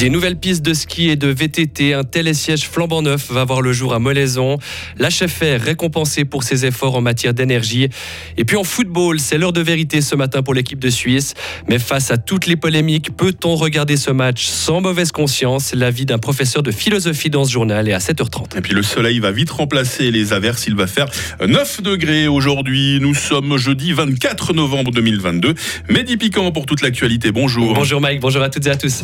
Des nouvelles pistes de ski et de VTT, un télésiège flambant neuf va voir le jour à Molaison. L'HFR récompensé pour ses efforts en matière d'énergie. Et puis en football, c'est l'heure de vérité ce matin pour l'équipe de Suisse. Mais face à toutes les polémiques, peut-on regarder ce match sans mauvaise conscience? L'avis d'un professeur de philosophie dans ce journal est à 7h30. Et puis le soleil va vite remplacer les averses. Il va faire 9 degrés aujourd'hui. Nous sommes jeudi 24 novembre 2022. Mehdi Piquant pour toute l'actualité. Bonjour. Bonjour Mike, bonjour à toutes et à tous.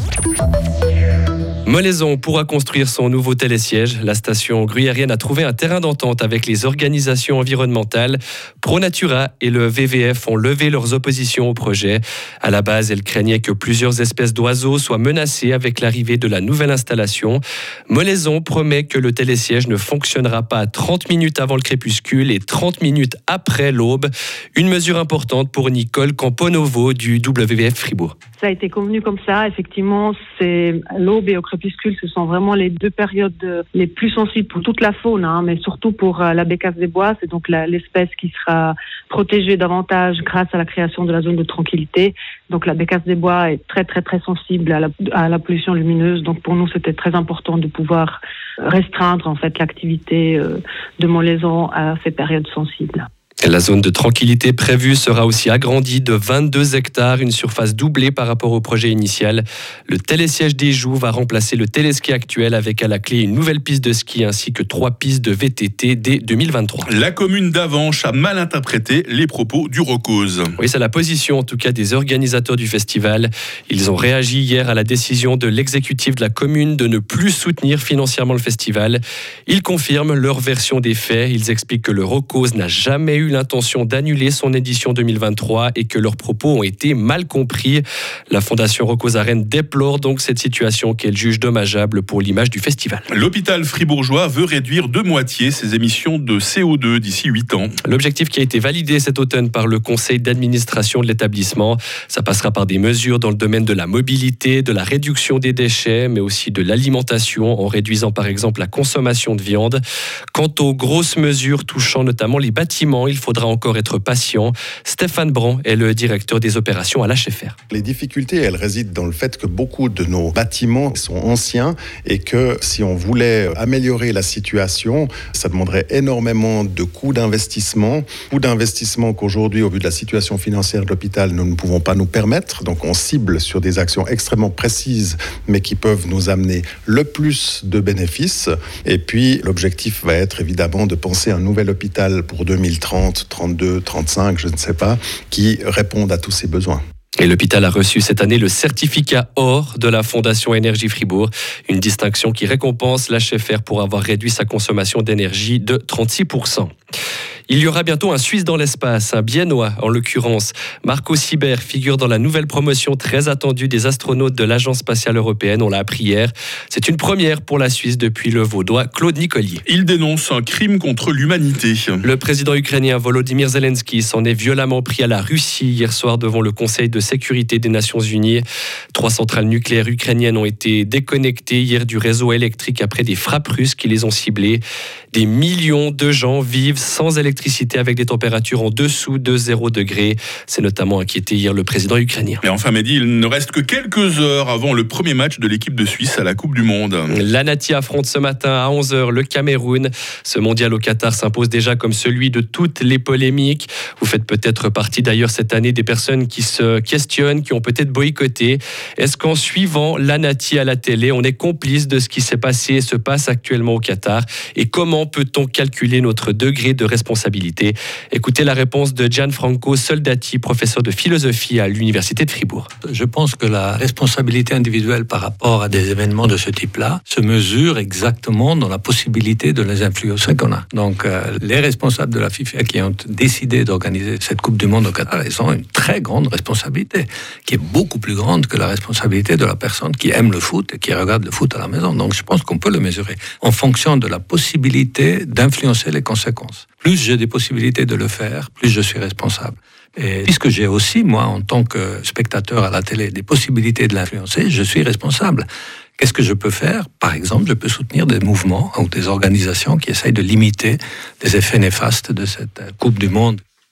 Molaison pourra construire son nouveau télésiège. La station gruyérienne a trouvé un terrain d'entente avec les organisations environnementales. ProNatura et le WWF ont levé leurs oppositions au projet. À la base, elles craignaient que plusieurs espèces d'oiseaux soient menacées avec l'arrivée de la nouvelle installation. Molaison promet que le télésiège ne fonctionnera pas 30 minutes avant le crépuscule et 30 minutes après l'aube. Une mesure importante pour Nicole Camponovo du WWF Fribourg. Ça a été convenu comme ça. Effectivement, c'est l'aube et au crépuscule, ce sont vraiment les deux périodes les plus sensibles pour toute la faune, mais surtout pour la bécasse des bois. C'est donc l'espèce qui sera protégée davantage grâce à la création de la zone de tranquillité. Donc la bécasse des bois est très très très sensible à la pollution lumineuse. Donc pour nous, c'était très important de pouvoir restreindre en fait l'activité de Molaison à ces périodes sensibles. La zone de tranquillité prévue sera aussi agrandie de 22 hectares, une surface doublée par rapport au projet initial. Le télésiège des Joues va remplacer le téléski actuel avec à la clé une nouvelle piste de ski ainsi que 3 pistes de VTT dès 2023. La commune d'Avenches a mal interprété les propos du Rocose. Oui, c'est la position en tout cas des organisateurs du festival. Ils ont réagi hier à la décision de l'exécutif de la commune de ne plus soutenir financièrement le festival. Ils confirment leur version des faits. Ils expliquent que le Rocose n'a jamais eu l'intention d'annuler son édition 2023 et que leurs propos ont été mal compris. La Fondation Rocose Arène déplore donc cette situation qu'elle juge dommageable pour l'image du festival. L'hôpital fribourgeois veut réduire de moitié ses émissions de CO2 d'ici 8 ans. L'objectif qui a été validé cet automne par le conseil d'administration de l'établissement, ça passera par des mesures dans le domaine de la mobilité, de la réduction des déchets, mais aussi de l'alimentation en réduisant par exemple la consommation de viande. Quant aux grosses mesures touchant notamment les bâtiments, il faudra encore être patient. Stéphane Brand est le directeur des opérations à l'HFR. Les difficultés, elles résident dans le fait que beaucoup de nos bâtiments sont anciens et que si on voulait améliorer la situation, ça demanderait énormément de coûts d'investissement. Coûts d'investissement qu'aujourd'hui, au vu de la situation financière de l'hôpital, nous ne pouvons pas nous permettre. Donc on cible sur des actions extrêmement précises, mais qui peuvent nous amener le plus de bénéfices. Et puis l'objectif va être évidemment de penser un nouvel hôpital pour 2030, 32, 35, je ne sais pas, qui répondent à tous ces besoins. Et l'hôpital a reçu cette année le certificat or de la Fondation Énergie Fribourg, une distinction qui récompense l'HFR pour avoir réduit sa consommation d'énergie de 36%. Il y aura bientôt un Suisse dans l'espace, un Biennois en l'occurrence. Marco Sibert figure dans la nouvelle promotion très attendue des astronautes de l'Agence spatiale européenne, on l'a appris hier. C'est une première pour la Suisse depuis le Vaudois Claude Nicolier. Il dénonce un crime contre l'humanité. Le président ukrainien Volodymyr Zelensky s'en est violemment pris à la Russie hier soir devant le Conseil de sécurité des Nations Unies. 3 centrales nucléaires ukrainiennes ont été déconnectées hier du réseau électrique après des frappes russes qui les ont ciblées. Des millions de gens vivent sans électricité avec des températures en dessous de 0 degré. C'est notamment inquiété hier le président ukrainien. Et enfin, Mehdi, il ne reste que quelques heures avant le premier match de l'équipe de Suisse à la Coupe du Monde. La Nati affronte ce matin à 11h le Cameroun. Ce mondial au Qatar s'impose déjà comme celui de toutes les polémiques. Vous faites peut-être partie d'ailleurs cette année des personnes qui se questionnent, qui ont peut-être boycotté. Est-ce qu'en suivant la Nati à la télé, on est complice de ce qui s'est passé et se passe actuellement au Qatar? Et comment peut-on calculer notre degré de responsabilité? Écoutez la réponse de Gianfranco Soldati, professeur de philosophie à l'Université de Fribourg. Je pense que la responsabilité individuelle par rapport à des événements de ce type-là se mesure exactement dans la possibilité de les influencer qu'on a. Donc les responsables de la FIFA qui ont décidé d'organiser cette Coupe du Monde au Qatar, ils ont une très grande responsabilité, qui est beaucoup plus grande que la responsabilité de la personne qui aime le foot et qui regarde le foot à la maison. Donc je pense qu'on peut le mesurer en fonction de la possibilité d'influencer les conséquences. Plus j'ai des possibilités de le faire, plus je suis responsable. Et puisque j'ai aussi, moi, en tant que spectateur à la télé, des possibilités de l'influencer, je suis responsable. Qu'est-ce que je peux faire? Par exemple, je peux soutenir des mouvements ou des organisations qui essayent de limiter les effets néfastes de cette Coupe du Monde.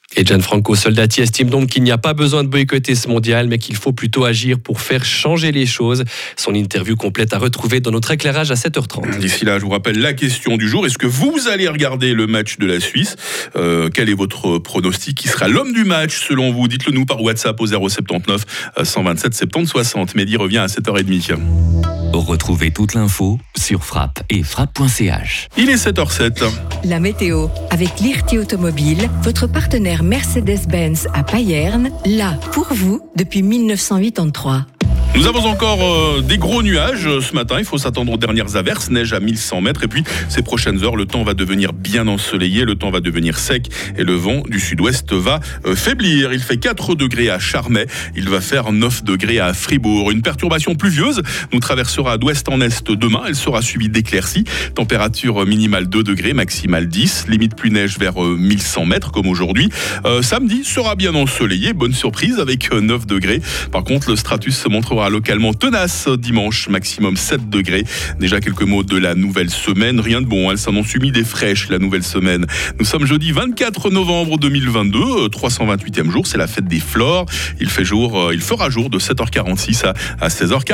Et Gianfranco Soldati estime donc qu'il n'y a pas besoin de boycotter ce mondial, mais qu'il faut plutôt agir pour faire changer les choses. Son interview complète à retrouver dans notre éclairage à 7h30. D'ici là, je vous rappelle la question du jour. Est-ce que vous allez regarder le match de la Suisse ? Quel est votre pronostic ? Qui sera l'homme du match selon vous ? Dites-le nous par WhatsApp au 079 127 70 60. Mehdi revient à 7h30. Retrouvez toute l'info sur Frappe et frappe.ch. Il est 7h07. La météo avec Lirti Automobile, votre partenaire Mercedes-Benz à Payerne, là pour vous depuis 1983. Nous avons encore des gros nuages ce matin. Il faut s'attendre aux dernières averses, neige à 1100 mètres. Et puis, ces prochaines heures, le temps va devenir bien ensoleillé, le temps va devenir sec et le vent du sud-ouest va faiblir. Il fait 4 degrés à Charmey, il va faire 9 degrés à Fribourg. Une perturbation pluvieuse nous traversera d'ouest en est demain. Elle sera suivie d'éclaircies. Température minimale 2 degrés, maximale 10. Limite pluie neige vers 1100 mètres comme aujourd'hui. Samedi sera bien ensoleillé. Bonne surprise avec 9 degrés. Par contre, le stratus se montrera localement tenace dimanche, maximum 7 degrés. Déjà quelques mots de la nouvelle semaine. Rien de bon, elle s'annonce humide et fraîche la nouvelle semaine. Nous sommes jeudi 24 novembre 2022, 328e jour, c'est la fête des flores. Il fera jour de 7h46 à 16h40.